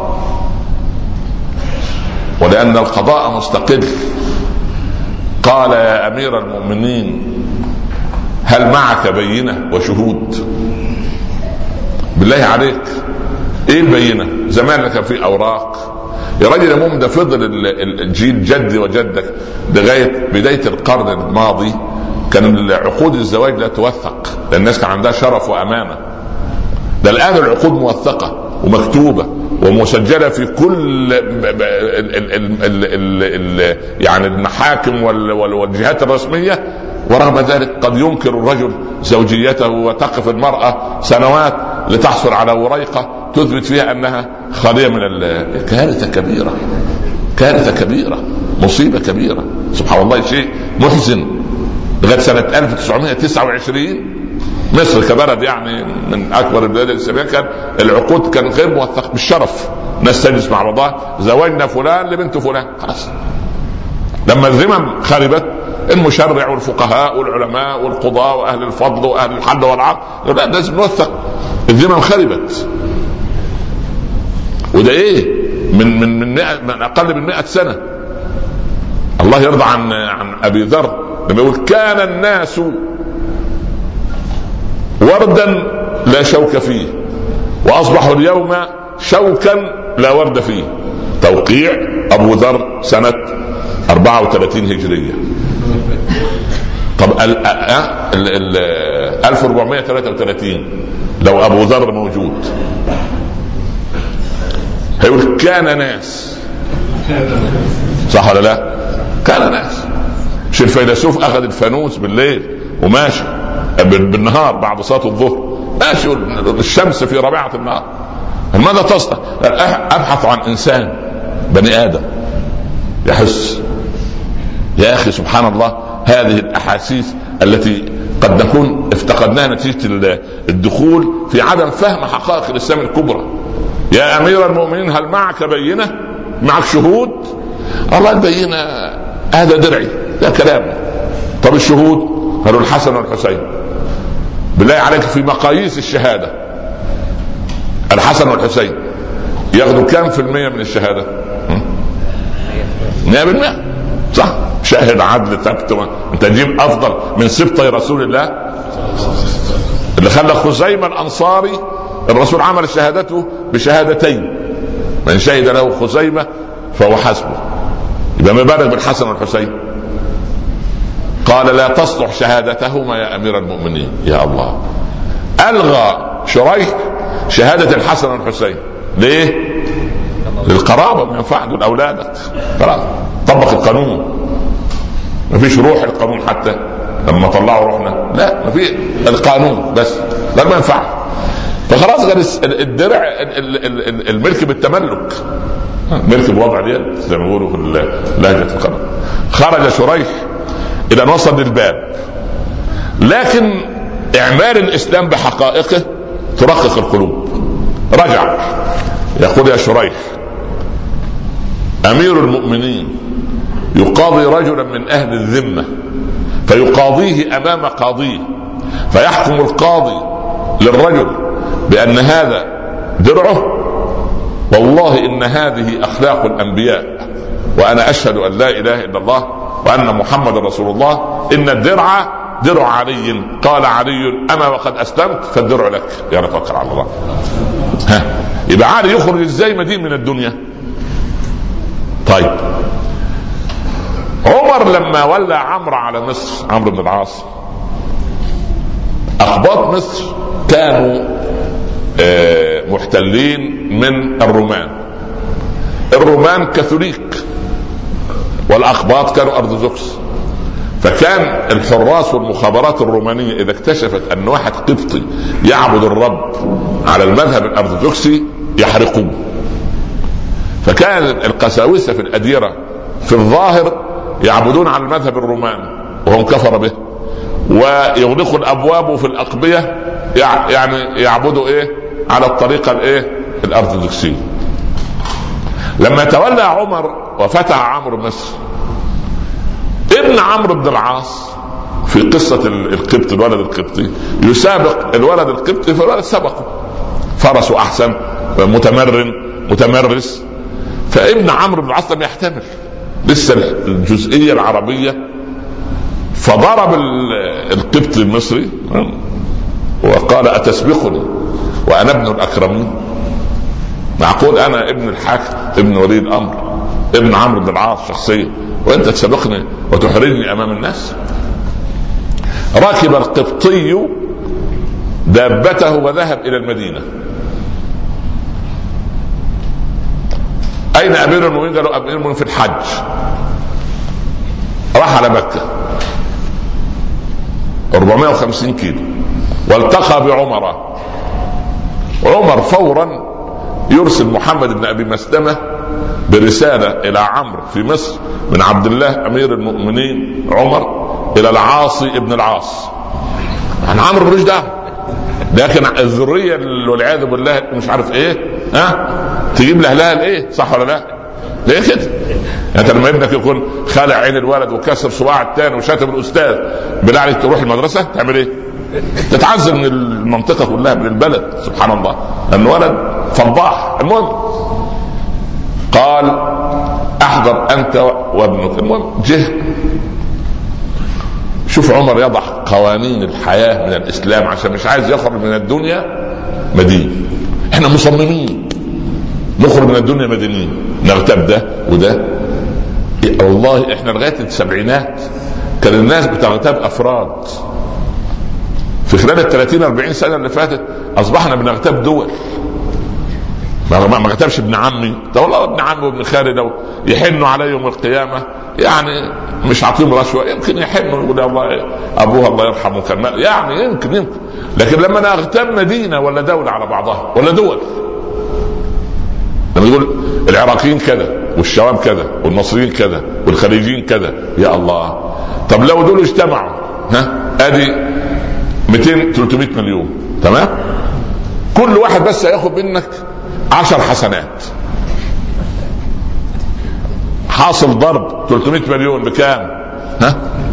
ولأن القضاء مستقل. قال: يا أمير المؤمنين هل معك بينة وشهود؟ بالله عليك ايه البينة؟ زمان كان في اوراق يا راجل. المهم ده فضل الجيل جدي وجدك لغاية بداية القرن الماضي كان عقود الزواج لا توثق، لأن الناس كان عندها شرف وأمانة. ده الآن العقود موثقة ومكتوبة ومسجلة في كل ال ال ال ال ال يعني المحاكم والجهات الرسمية، ورغم ذلك قد ينكر الرجل زوجيته وتقف المرأة سنوات لتحصل على وريقة تثبت فيها أنها خالية من ال... كارثة كبيرة، كارثة كبيرة، مصيبة كبيرة، سبحان الله، شيء محزن. لغاية سنة ألف وتسعمائة وتسعة وعشرين مصر كبلد يعني من أكبر البلاد الإسلامية كان العقود كان غير موثق بالشرف، ناس تجلس مع بعضها زواجنا فلان لبنت فلان خلاص. لما الذمم خربت المشرع والفقهاء والعلماء والقضاء وأهل الفضل وأهل الحل والعقل لا لازم نوثق، الذمم خربت. وده إيه من من من, من أقل من مئة سنة. الله يرضى عن عن أبي ذر لما يقول كان الناس وردا لا شوك فيه وأصبحوا اليوم شوكا لا ورد فيه. توقيع أبو ذر سنة أربعة وثلاثين هجرية. طب ال ال ألف وأربعمائة وثلاثة وثلاثين لو أبو ذر موجود هيقول كان ناس، صح ولا لا؟ كان ناس. مش الفيلسوف أخذ الفانوس بالليل وماشي بالنهار بعد صلاة الظهر ماشي الشمس في ربيعة النهار، ماذا تصنع؟ أبحث عن إنسان بني آدم يحس. يا أخي سبحان الله، هذه الأحاسيس التي قد نكون افتقدناها نتيجة الدخول في عدم فهم حقائق الإسلام الكبرى. يا أمير المؤمنين هل معك بينة؟ معك شهود؟ الله البينة هذا درعي، لا كلام. طب الشهود؟ قالوا الحسن والحسين. بالله عليك في مقاييس الشهادة الحسن والحسين ياخذوا كم في المية من الشهادة؟ مئة بالمئة، صح؟ شاهد عدل ثبت. انت تجيب افضل من سبطي رسول الله اللي خلى خزيمة الانصاري الرسول عمل شهادته بشهادتين، من شهد له خزيمة فهو حسبه. يبقى ما بالك بالحسن والحسين؟ قال لا تصلح شهادتهما يا امير المؤمنين. يا الله، الغى شريح شهادة الحسن والحسين. ليه؟ للقرابة، من ينفع دول اولادك. طبق القانون، ما فيش روح القانون حتى لما طلعوا روحنا، لا ما في القانون بس، لا ما ينفع. فخلاص قال الدرع الملك بالتملك، ملك بوضع اليد زي ما بيقولوا في لهجة القرن. خرج شريح إلى أن وصل للباب، لكن إعمال الإسلام بحقائقه ترقق القلوب. رجع يقول يا شريح أمير المؤمنين يقاضي رجلا من أهل الذمة فيقاضيه أمام قاضيه، فيحكم القاضي للرجل بأن هذا درعه، والله إن هذه أخلاق الأنبياء، وأنا أشهد أن لا إله إلا الله وأن محمد رسول الله، إن الدرع درع علي. قال علي أما وقد أسلمت فالدرع لك، يا نتوكل على الله. ها يبقى علي يخرج ازاي مدين من الدنيا؟ طيب عمر لما ولى عمرو على مصر، عمرو بن العاص، أقباط مصر كانوا محتلين من الرومان. الرومان كاثوليك والأقباط كانوا أرثوذكس. فكان الحراس والمخابرات الرومانية إذا اكتشفت أن واحد قبطي يعبد الرب على المذهب الأرثوذكسي يحرقوه. فكان القساوسة في الأديرة في الظاهر يعبدون على المذهب الروماني وهم كفر به، ويغلقوا الأبواب في الأقبية يعني يعبدوا إيه على الطريقة الإيه الأرثوذكسية. لما تولى عمر وفتح عمرو مصر، ابن عمرو بن العاص في قصة القبط الولد القبطي يسابق الولد القبطي، فالولد سبقه، فرسه أحسن، متمرن متمرس. فابن عمرو بن العاص لم يحتمل لسه الجزئية العربية، فضرب القبطي المصري وقال أتسبقني وأنا ابن الأكرمين؟ معقول أنا ابن الحاكم ابن ولي الأمر ابن عمرو بن العاص شخصيا وأنت تسبقني وتحرجني أمام الناس؟ ركب القبطي دابته وذهب الى المدينة. اين امير المؤمنين؟ قالوا امير المؤمنين في الحج. راح على مكة أربعمائة وخمسين كيلو والتقى بعمر. عمر فورا يرسل محمد بن ابي مسلمة برسالة الى عمرو في مصر من عبد الله امير المؤمنين عمر الى العاصي ابن العاص. عن عمرو ملوش دعوه، لكن الذريه والعياذ بالله مش عارف ايه ها تجيب لاهلها الايه، صح ولا لا؟ ليه كده؟ انت لما ابنك يكون خالع عين الولد وكسر صباع الثاني وشاتم الاستاذ، بالله عليك تروح المدرسه تعمل ايه؟ تتعزل من المنطقه كلها، من البلد. سبحان الله، الولد فضاح. المهم قال احضر انت وابنك. المهم جه. شوف عمر يضع قوانين الحياه من الاسلام عشان مش عايز يخرج من الدنيا مدين. احنا مصممين نخرج من الدنيا مدينين، نغتاب ده وده. والله احنا لغايه السبعينات كان الناس بتغتاب افراد. في خلال الثلاثين أربعين سنه اللي فاتت اصبحنا بنغتاب دول. ما ما كتبش ابن عمي ده، والله ابن عمي وابن خالي لو يحنوا علي يوم القيامه يعني مش عاطيهم رشوه، يمكن يحنوا يقول الله ابوها الله يرحمه كان يعني يمكن يمكن لكن لما انا اغتاب مدينه ولا دوله على بعضها ولا دول، لما يقول العراقيين كذا والشوام كذا والمصريين كذا والخليجيين كذا، يا الله. طب لو دول اجتمعوا ها ادي مئتين ثلاثمائة مليون، تمام؟ كل واحد بس هياخد منك عشر حسنات. حاصل ضرب ثلاثمائة مليون بكام؟ ها؟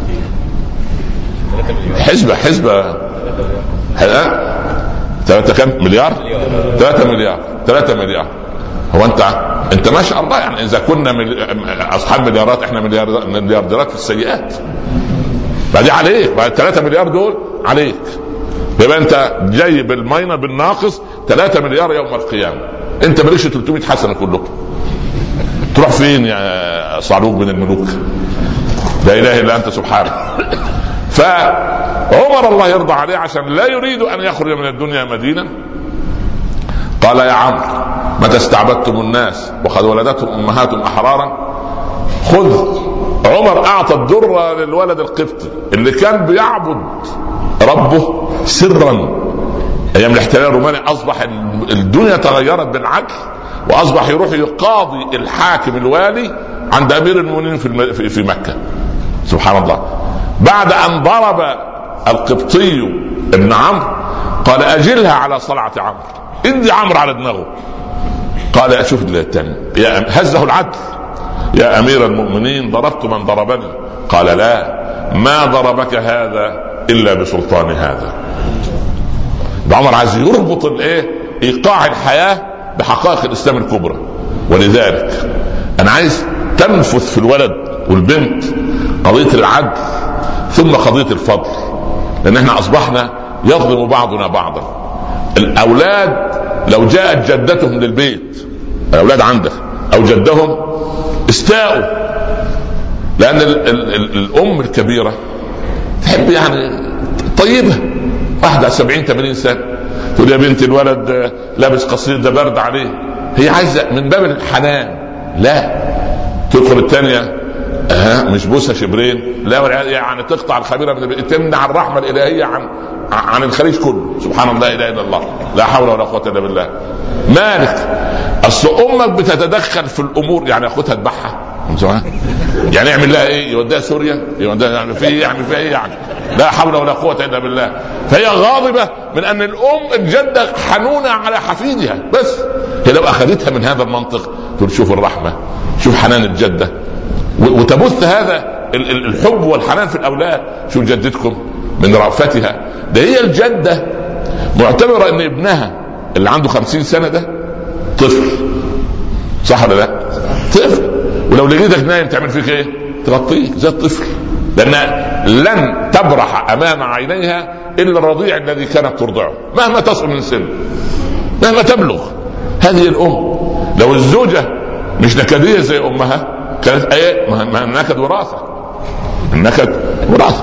حسبة حسبة ها؟ ثلاثة كم مليار؟ ثلاثة مليار ثلاثة مليار. هو انت انت ما شاء الله يعني اذا كنا مل... اصحاب مليارات، احنا مليار مليارديرات في السيئات. بعدين عليك بعد ثلاثة مليار دول عليك، يبقى انت جاي بالمينة بالناقص ثلاثة مليار يوم القيامة. انت مالكش ثلاثمائة حسنة كلكم، تروح فين يا صعلوك من الملوك؟ لا اله الا انت سبحانك. فعمر الله يرضى عليه عشان لا يريد ان يخرج من الدنيا مدينة قال يا عمرو متى استعبدتم الناس وقد ولدتهم امهاتهم احرارا؟ خذ. عمر اعطى الدرة للولد القبطي اللي كان بيعبد ربه سرا ايام الاحتلال الروماني. اصبح الدنيا تغيرت بالعكس، واصبح يروح يقاضي الحاكم الوالي عند امير المؤمنين في في مكة. سبحان الله. بعد ان ضرب القبطي ابن عمرو قال اجلها على صلعة عمرو، ادي عمرو على دماغه. قال اشوف الثاني هزه العدل، يا امير المؤمنين ضربت من ضربني. قال لا، ما ضربك هذا الا بسلطان هذا. عمر عايز يربط الايه ايقاع الحياه بحقائق الاسلام الكبرى. ولذلك انا عايز تنفث في الولد والبنت قضيه العدل ثم قضيه الفضل، لان احنا اصبحنا يظلم بعضنا بعضا. الاولاد لو جاءت جدتهم للبيت، الاولاد عندك او جدهم استاءوا، لان ال ال ال الام الكبيره تحب يعني طيبه، واحده سبعين ثمانين سنه تقول يا بنت الولد لابس قصير ده برد عليه، هي عايزه من باب الحنان. لا تدخل الثانيه ها مش بوسه شبرين، لا يعني تقطع الخميره من تمنع الرحمه الالهيه عن عن الخليج كله. سبحان الله، لا اله الا الله، لا حول ولا قوه الا بالله. مالك اصل امك بتتدخل في الامور، يعني اخوتها تذبحها يعني يعمل لها ايه؟ يوديها سوريا، يوديها يعني في ايه؟ يعمل فيها ايه يعني؟ لا حول ولا قوه الا بالله. فهي غاضبه من ان الام الجده حنونه على حفيدها، بس هي لو اخذتها من هذا المنطق تقول شوف الرحمه، شوف حنان الجده، وتبث هذا الحب والحنان في الاولاد. شوف جدتكم من رأفتها، ده هي الجده معتبره ان ابنها اللي عنده خمسين سنه ده طفل، صح ولا لا؟ طفل، ولو لقيتك نايم تعمل فيك ايه؟ تغطيك زي الطفل، لان لن تبرح امام عينيها الا الرضيع الذي كانت ترضعه مهما تصل من سن، مهما تبلغ. هذه الام. لو الزوجه مش نكديه زي امها كانت ايه؟ ما النكد وراثه، النكد وراثه.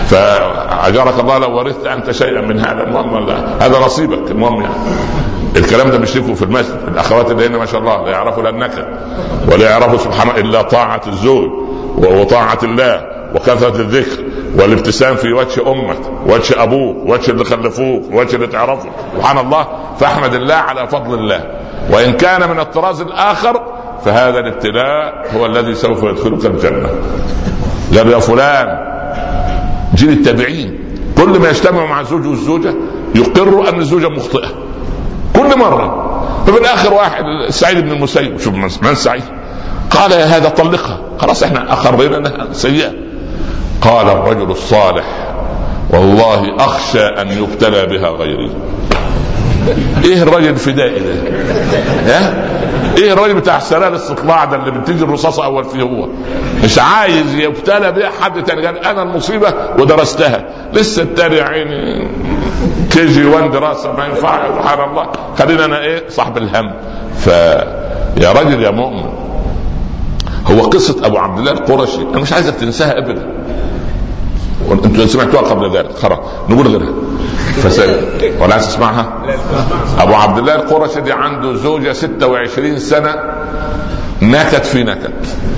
فأجرك الله لو ورثت أنت شيئا من هذا، المهم هذا نصيبك. المهم يعني الكلام ده مش لكم في المسجد، الأخوات اللي هنا ما شاء الله لا يعرفوا لا النكد ولا يعرفوا سبحان الله إلا طاعة الزوج وطاعة الله وكثرة الذكر والابتسام في وجه أمك وجه أبوك وجه اللي خلفوك وجه اللي تعرفه سبحان الله. فأحمد الله على فضل الله. وإن كان من الطراز الآخر فهذا الابتلاء هو الذي سوف يدخلك الجنة. قال يا فلان، جيل التابعين كل ما يجتمعوا مع الزوج والزوجة يقروا أن الزوجة مخطئة كل مرة. ففي الآخر واحد سعيد بن المسيب، شوف من سعيد، قال يا هذا طلقها، خلاص احنا أخرنا انها سيئة. قال الرجل الصالح والله أخشى أن يبتلى بها غيري. ايه الرجل الفدائي ده؟ ها؟ ايه الرجل بتاع السلال الاستطلاع ده اللي بتيجي الرصاصة اول فيه؟ هو مش عايز يبتلى بها حد تاني. قال انا المصيبة ودرستها، لسه التاني يا عيني كي جي وان دراسة ما ينفع. سبحان الله، خلينا انا ايه صاحب الهم. فيا رجل يا مؤمن، هو قصة ابو عبد الله القرشي انا مش عايزك تنساها ابدا، انتوا سمعتوها قبل ذلك خلاص نقول غيرها فسأل ولا عايز تسمعها. ابو عبد الله القرشي دي عنده زوجة ستة وعشرين سنة نكت في نكت،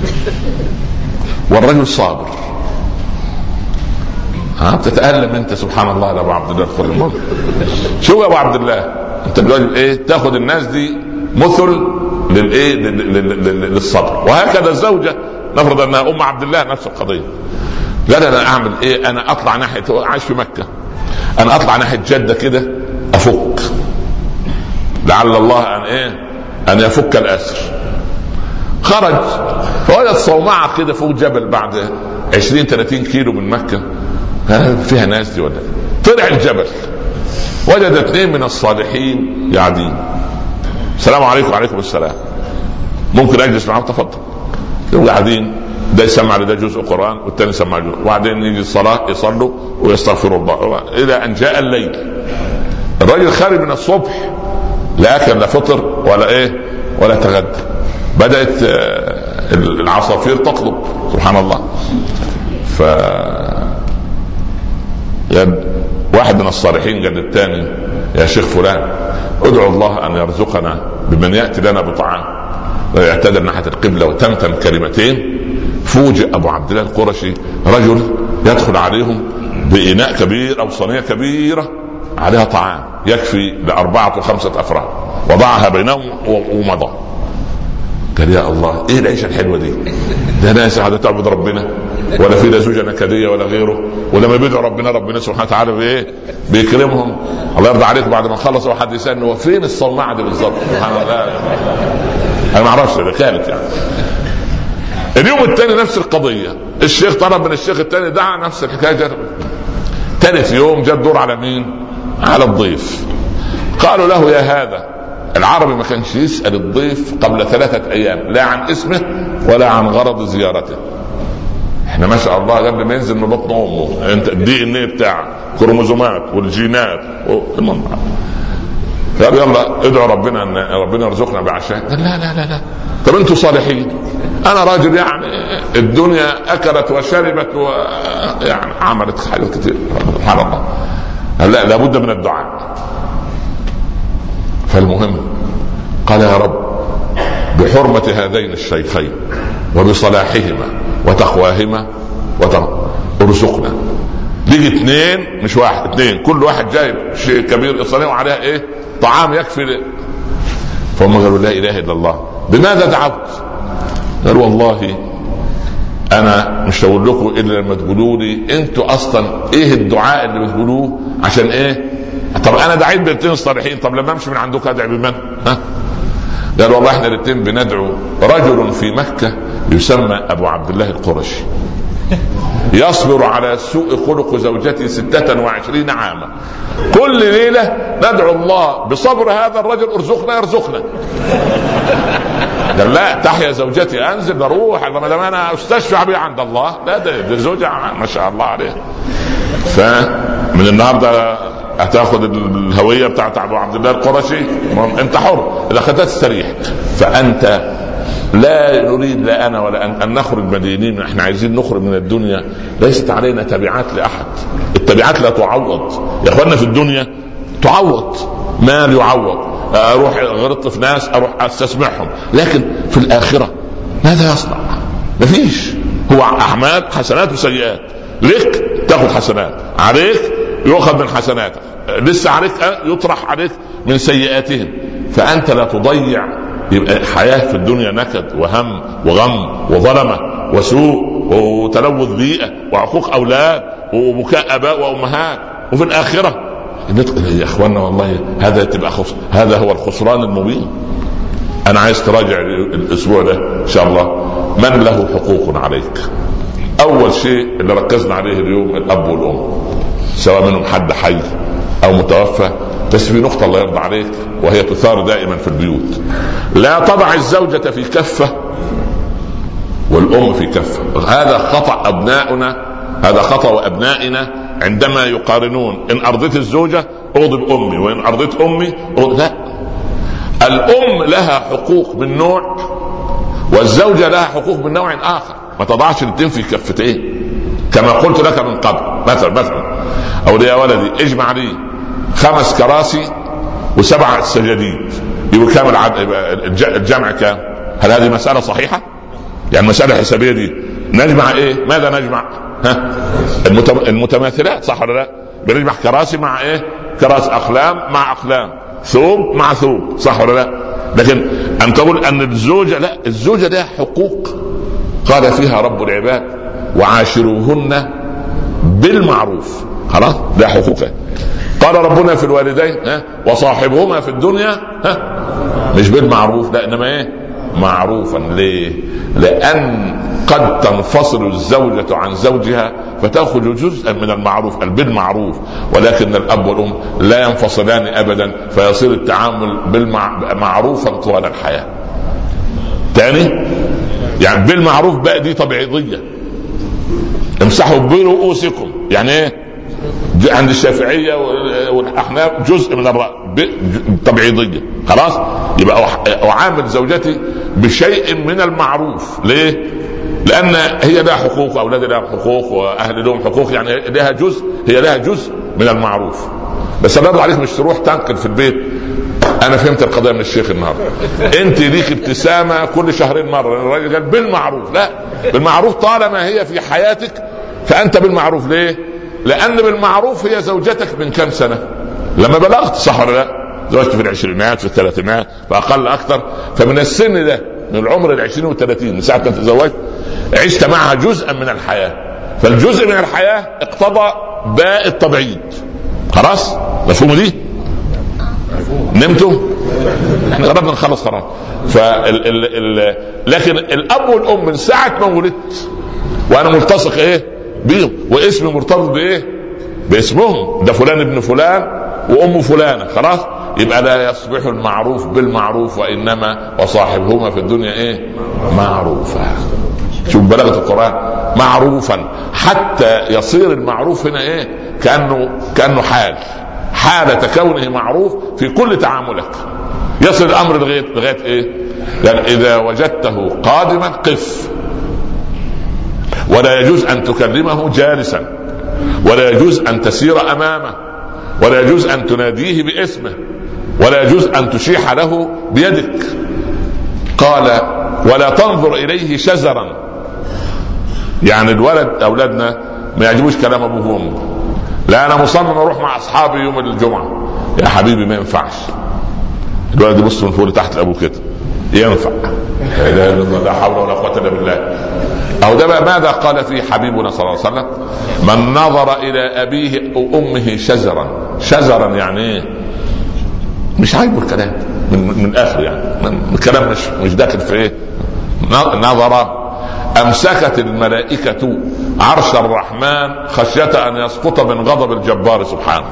والرجل صابر. ها بتتألم انت سبحان الله لابو عبد الله القرشي. شو يا ابو عبد الله، انت دلوقتي ايه تاخد الناس دي مثل للايه للصبر. وهكذا الزوجة نفرض انها ام عبد الله نفس القضية. قال انا اعمل ايه؟ انا اطلع ناحية، عايش في مكة، انا اطلع ناحية جدة كده افك، لعل الله ان ايه ان يفك الاسر. خرج فوجد صومعة كده فوق جبل بعد عشرين ثلاثين كيلو من مكة، فيها ناس دي ولا؟ طلع الجبل وجد اثنين من الصالحين قاعدين. السلام عليكم. وعليكم السلام، ممكن اجلس معهم؟ تفضل. قاعدين، ده يسمع لده جزء قرآن والتاني يسمع جزء، وبعدين يجي الصلاة يصلوا ويستغفروا الله إلى أن جاء الليل. الرجل خارج من الصبح لا أكل لا فطر ولا إيه ولا تغدى. بدأت العصافير تطلب سبحان الله. ف واحد من الصالحين قال للثاني يا شيخ فلان ادعو الله أن يرزقنا بمن يأتي لنا بطعام. ويعتدل ناحية القبلة وتمتم كلمتين. فوجئ أبو عبد الله القرشي رجل يدخل عليهم بإناء كبير أو صينية كبيرة عليها طعام يكفي لأربعة وخمسة أفراد، وضعها بينهم ومضى. قال يا الله إيه العيشة الحلوة دي؟ ده ناس هذا تعبد ربنا ولا في لا زوجة نكدية ولا غيره، ولما بيدعوا ربنا ربنا سبحانه وتعالى بإيه بيكرمهم. الله يرضى عليكم بعد ما خلصوا حد يسألني هو فين الصومعة دي بالظبط؟ سبحان الله أنا ما أعرفش ده كانت يعني. اليوم الثاني نفس القضية، الشيخ طلب من الشيخ الثاني دعا نفس الحكاية. ثالث يوم جاء الدور على مين؟ على الضيف. قالوا له يا هذا، العربي ما كانش يسأل الضيف قبل ثلاثة أيام لا عن اسمه ولا عن غرض زيارته. احنا ما شاء الله قبل ما ينزل من بطن امه انت الدي ان ايه بتاع كروموزومات والجينات والمنطقة. قال يلا ادعوا ربنا ان ربنا يرزقنا بعشاء. قال لا لا لا لا، طب انتوا صالحين، انا راجل يعني الدنيا اكلت وشربت ويعني عملت حاجات كتير سبحان الله. لا لابد من الدعاء. فالمهم قال يا رب بحرمة هذين الشيخين وبصلاحهما وتقواهما ارزقنا. ليجي اثنين مش واحد، اثنين كل واحد جايب شيء كبير يصنعوا عليها ايه طعام يكفي لي. فهم قالوا لا اله الا الله. بماذا دعوت؟ قال والله انا مش هقول لكم الا لما تقولوا لي انتوا اصلا ايه الدعاء اللي بتقولوه عشان ايه. طب انا دعيت بالاثنين الصالحين، طب لما امشي من عندكم ادعي بمن؟ ها؟ قال والله احنا الاثنين بندعو رجل في مكة يسمى ابو عبد الله القرشي يصبر على سوء خلق زوجته ستة وعشرين عاما، كل ليلة ندعو الله بصبر هذا الرجل ارزقنا يرزقنا. قال لا تحيا زوجتي انزل اروح ما دام انا استشفع بي عند الله. لا ده زوجة ما شاء الله عليه. فمن النهارده هتاخد الهوية بتاعت ابو عبد الله القرشي انت حر، اذا اخذتها تستريح. فانت لا نريد لا انا ولا أن, ان نخرج مدينين، احنا عايزين نخرج من الدنيا ليست علينا تبعات لاحد. التبعات لا تعوض يا اخوانا، في الدنيا تعوض، مال يعوض، اروح غلطت في ناس اروح استسمعهم، لكن في الاخره ماذا يصنع؟ مفيش. هو اعمال حسنات وسيئات، لك تاخذ حسنات، عليك يؤخذ من حسناتك، لسه عليك يطرح عليك من سيئاتهم، فانت لا تضيع. يبقى حياه في الدنيا نكد وهم وغم وظلمه وسوء وتلوث بيئه وعقوق اولاد وبكاء اباء وامهات، وفي الاخره يا اخوانا والله هذا تبقى خسر. هذا هو الخسران المبين. انا عايز تراجع الاسبوع ده ان شاء الله من له حقوق عليك. اول شيء اللي ركزنا عليه اليوم الاب والام، سواء منهم حد حي او متوفى، بس في نقطه الله يرضى عليك وهي تثار دائما في البيوت: لا تضع الزوجه في كفه والام في كفه. هذا خطا ابنائنا، هذا خطا ابنائنا عندما يقارنون ان ارضيت الزوجه اغضب امي وان ارضيت امي أغضب. لا، الام لها حقوق من نوع والزوجه لها حقوق من نوع اخر. ما تضعش الاثنين في كفتين. كما قلت لك من قبل، مثلا مثلا او يا ولدي اجمع لي خمس كراسي وسبع سجاديد، يبقى كام الجمع؟ كام؟ هل هذه مساله صحيحه؟ يعني مساله حسابيه دي نجمع ايه؟ ماذا نجمع؟ ها؟ المتماثلات، صح ولا لا؟ بنجمع كراسي مع ايه؟ كراسي، اقلام مع اقلام، ثوب مع ثوب، صح ولا لا؟ لكن ان تقول ان الزوجه لا، الزوجه لها حقوق قال فيها رب العباد: وعاشروهن بالمعروف. خلاص، ده حقوقها. قال ربنا في الوالدين: ها وصاحبهما في الدنيا، ها مش بالمعروف، لا انما ايه؟ معروفا. ليه؟ لان قد تنفصل الزوجة عن زوجها فتأخذ جزءا من المعروف بالمعروف، ولكن الاب والام لا ينفصلان ابدا، فيصير التعامل بالمعروفا طوال الحياة. تاني يعني بالمعروف بقى دي طبيعية. امسحوا برؤوسكم، يعني ايه؟ عند الشافعية والاحناف جزء من الرأس طبيعية. خلاص، يبقى اعامل زوجتي بشيء من المعروف. ليه؟ لان هي لها حقوق، اولادي لها حقوق، واهلي لهم حقوق، يعني لها جزء، هي لها جزء من المعروف. بس برضو عليك مش تروح تنقل في البيت. انا فهمت القضيه من الشيخ النهارده. انت ليك ابتسامه كل شهرين مره، الراجل قال بالمعروف. لا، بالمعروف طالما هي في حياتك فانت بالمعروف. ليه؟ لان بالمعروف هي زوجتك من كم سنه لما بلغت، صح ولا لا؟ زوجت في العشرينات، في الثلاثينات، فاقل اكثر. فمن السن ده، من العمر العشرين والثلاثين، من ساعه ما تزوجت عشت معها جزءا من الحياه، فالجزء من الحياه اقتضى باء التبعيد. خلاص، مفهوم دي؟ نمتوا؟ احنا قربنا نخلص خلاص. فال ال ال لكن الاب والام من ساعه ما ولدت وانا ملتصق ايه بيهم، واسمي مرتبط بايه؟ باسمهم، ده فلان ابن فلان وام فلانه. خلاص، يبقى لا يصبح المعروف بالمعروف، وانما وصاحبهما في الدنيا ايه؟ معروفا. شوف بلاغه القران، معروفا، حتى يصير المعروف هنا ايه؟ كانه كانه حال حالة كونه معروف في كل تعاملك. يصل الامر لغايه لغايه ايه؟ يعني اذا وجدته قادما قف، ولا يجوز ان تكلمه جالسا، ولا يجوز ان تسير امامه، ولا يجوز ان تناديه باسمه، ولا يجوز ان تشيح له بيدك. قال: ولا تنظر اليه شزرا. يعني الولد، اولادنا ما يعجبوش كلام ابوه وامه. لا، انا مصمم اروح مع اصحابي يوم الجمعه. يا حبيبي ما ينفعش. الولد يبص من فوق لتحت لابوه كده، ينفع؟ لا اله الا الله، لا حول ولا قوه الا بالله. او ده بقى ماذا قال فيه حبيبنا صلى الله عليه وسلم: من نظر الى ابيه او امه شزرا. شزرا يعني ايه؟ مش عاجبه الكلام من من اخر، يعني الكلام مش مش داخل في ايه. نظر امسكت الملائكه عرش الرحمن خشيه ان يسقط من غضب الجبار سبحانه.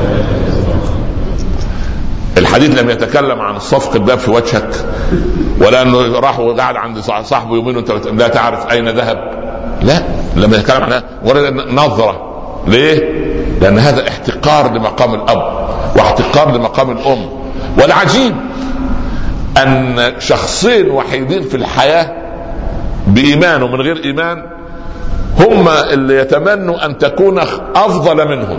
الحديث لم يتكلم عن صفق الباب في وجهك، ولا انه راح وقعد عند صاحبه يومين وانت لا تعرف اين ذهب. لا، لم يتكلم عنها ولا نظره. ليه؟ لان هذا احتقار لمقام الاب واحتقار لمقام الام. والعجيب ان شخصين وحيدين في الحياة بايمان ومن غير ايمان هم اللي يتمنوا ان تكون افضل منهم.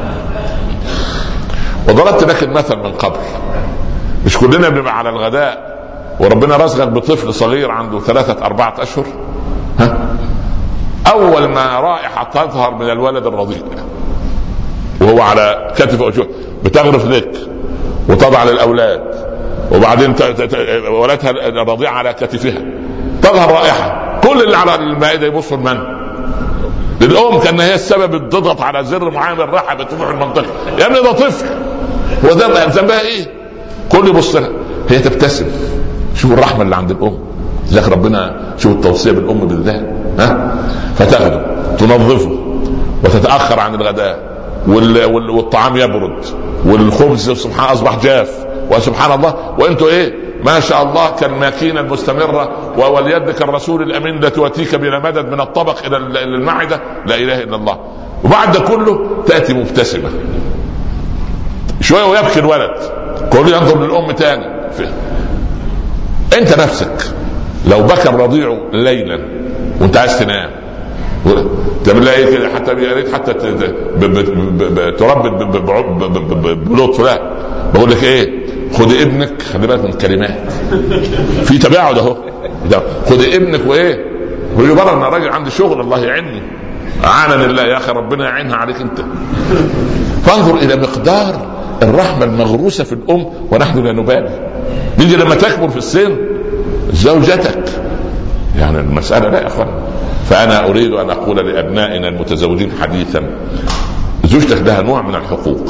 وضربت لك المثل من قبل، مش كلنا بنبقى على الغداء وربنا رزقك بطفل صغير عنده ثلاثة أربعة أشهر، ها؟ أول ما رائحة تظهر من الولد الرضيع وهو على كتفه بتغرف لك وتضع للأولاد، وبعدين ولدها الرضيع على كتفها تظهر رائحة، كل اللي على المائدة يبصوا لمن؟ للأم، كان هي السبب، الضغط على زر معين الراحة بتروح المنطقة. يا ابني ده طفل، هو ده ذنبها ايه؟ كل يبص لها، هي تبتسم. شوف الرحمة اللي عند الأم، ذاك ربنا، شوف التوصية بالأم بالذات، ها؟ فتغدو تنظفه وتتأخر عن الغداء وال... وال... والطعام يبرد والخبز سبحان أصبح جاف، وسبحان الله وانتوا ايه ما شاء الله كالماكينة المستمرة، واليد كالرسول الأمين لا تؤتيك بلا مدد من الطبق إلى المعدة، لا إله إلا الله. وبعد كله تأتي مبتسمة شوية ويبكي الولد، كل ينظر للأم تاني. انت نفسك لو بكى الرضيع ليلا وانت عايز تنام تعمل لها ايه كده؟ حتى يا ريت حتى تربي بلطف. لا، بقول لك ايه، خد ابنك، خلي بالك من الكلمات، في تباعد اهو، خد ابنك وايه ويجي بره، انا راجل عندي شغل الله يعيني، اعانني الله يا اخي، ربنا يعينها عليك انت. فانظر الى مقدار الرحمة المغروسة في الام ونحن لا نبالي. نيجي لما تكبر في السن زوجتك، يعني المسألة لا يا اخوان. فانا اريد ان اقول لابنائنا المتزوجين حديثا، زوجتك لها نوع من الحقوق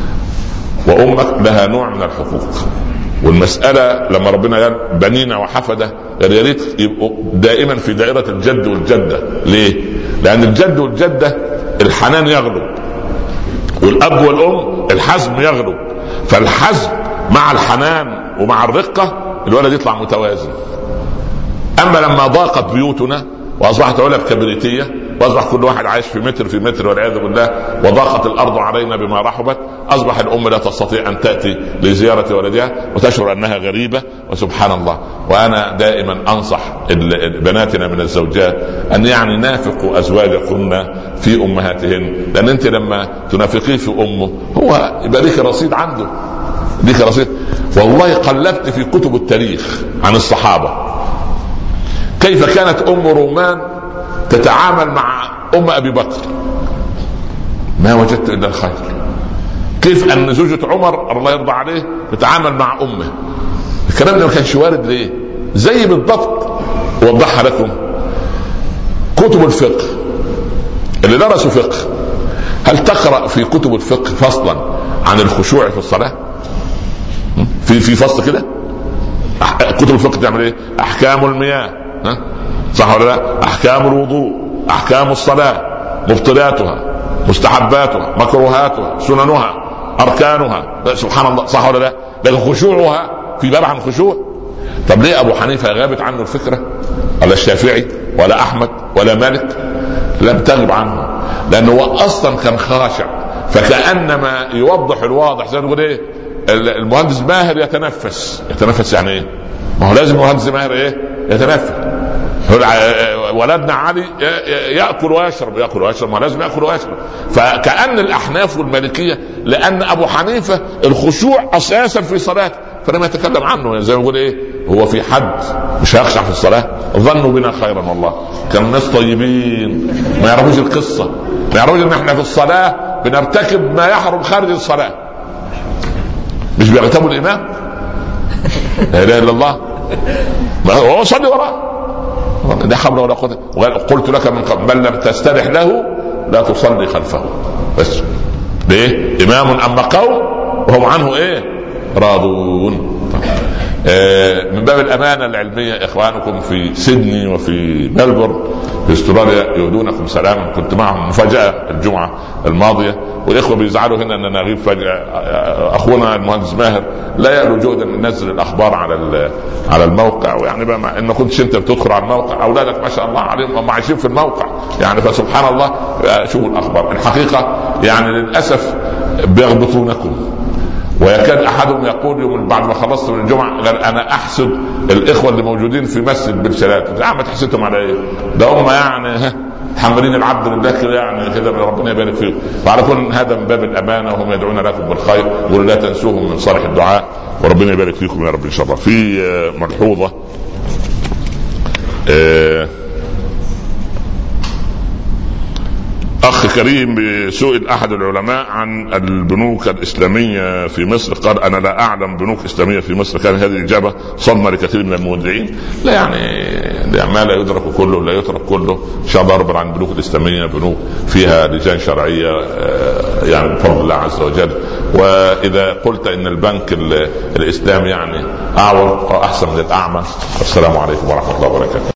وامك لها نوع من الحقوق. والمسألة لما ربنا قال بنينا وحفده، يا ريت يبقوا دائما في دائرة الجد والجدة. ليه؟ لأن الجد والجدة الحنان يغلب، والأب والأم الحزم يغلب، فالحزم مع الحنان ومع الرقة الولد يطلع متوازن. أما لما ضاقت بيوتنا وأصبحت علب كبريتية واصبح كل واحد عايش في متر في متر والعياذ بالله، وضاقت الارض علينا بما رحبت، اصبح الام لا تستطيع ان تاتي لزياره ولدها وتشعر انها غريبه، وسبحان الله. وانا دائما انصح بناتنا من الزوجات ان يعني نافقوا ازواجكن في امهاتهن، لان انت لما تنافقيه في امه هو يبقى ليك رصيد عنده، ليك رصيد. والله قلبت في كتب التاريخ عن الصحابه كيف كانت ام رومان تتعامل مع ام ابي بكر، ما وجدت الا الخير. كيف ان زوجة عمر الله يرضى عليه تتعامل مع امه، الكلام ده ما كانش وارد. ليه؟ زي بالضبط وضحها لكم كتب الفقه. اللي درسوا فقه هل تقرأ في كتب الفقه فصلا عن الخشوع في الصلاة؟ في في فصل كده كتب الفقه تعمل ايه؟ احكام المياه، ها صح ولا لا؟ احكام الوضوء، احكام الصلاة، مبطلاتها، مستحباتها، مكروهاتها، سننها، اركانها، سبحان الله، صح ولا لا؟ لكن خشوعها في باب عن خشوع. طب ليه ابو حنيفه غابت عنه الفكره؟ ولا الشافعي ولا احمد ولا مالك؟ لم تغب عنه، لانه هو اصلا كان خاشع. فكانما يوضح الواضح، زي نقول ايه، المهندس ماهر يتنفس. يتنفس يعني ايه؟ ما هو لازم المهندس ماهر ايه؟ يتنفس. ولدنا علي ياكل ويشرب، ياكل ويشرب، ما لازم ياكل ويشرب. فكأن الاحناف والمالكيه، لان ابو حنيفه الخشوع اساسا في صلاته فلما يتكلم عنه، زي ما يقول ايه، هو في حد مش هيخشع في الصلاه؟ ظنوا بنا خيرا والله، كانوا ناس طيبين ما يعرفوش القصه، ما يعرفوش ان احنا في الصلاه بنرتكب ما يحرم خارج الصلاه. مش بيغتابوا الامام، لا اله الا الله، هو صلي وراه، لا حول ولا قوه. قلت لك من قبل من لم تسترح له لا تصلي خلفه. بس ليه؟ امام اما قوم وهم عنه ايه؟ راضون. آه من باب الامانه العلميه، اخوانكم في سيدني وفي ملبورن في استراليا يهدونكم سلاما. كنت معهم مفاجاه الجمعه الماضيه، والاخوه بيزعلوا هنا ان نغيب فجاه. اخونا المهندس ماهر لا يألو جهدا ان ينزل الاخبار على على الموقع، ويعني بقى ان ما كنتش انت بتدخل على الموقع، اولادك ما شاء الله عليهم هم عايشين في الموقع يعني، فسبحان الله شوفوا الاخبار. الحقيقه يعني للاسف بيغبطونكم ويكاد احدهم يقول يوم بعد ما خلصت من الجمعه قال انا احسد الاخوه اللي موجودين في مسجد بالشلات. يا عم تحسدهم على ايه؟ ده هم يعني حملين العبد لله كده يعني كده، ربنا يبارك فيهم. وعلى كل هذا من باب الامانه وهم يدعون لكم بالخير، يقولوا لا تنسوهم من صالح الدعاء، وربنا يبارك فيكم يا رب ان شاء الله. في ملحوظه اخ كريم سئل احد العلماء عن البنوك الاسلاميه في مصر، قال انا لا اعلم بنوك اسلاميه في مصر. كان هذه الاجابه صدمه لكثير من المودعين. لا يعني ما لا يدرك كله لا يترك كله ان شاء الله رب العالمين. البنوك الاسلاميه بنوك فيها لجان شرعيه يعني بفضل الله عز وجل. واذا قلت ان البنك الاسلامي يعني اعور احسن من الاعمى، السلام عليكم ورحمه الله وبركاته.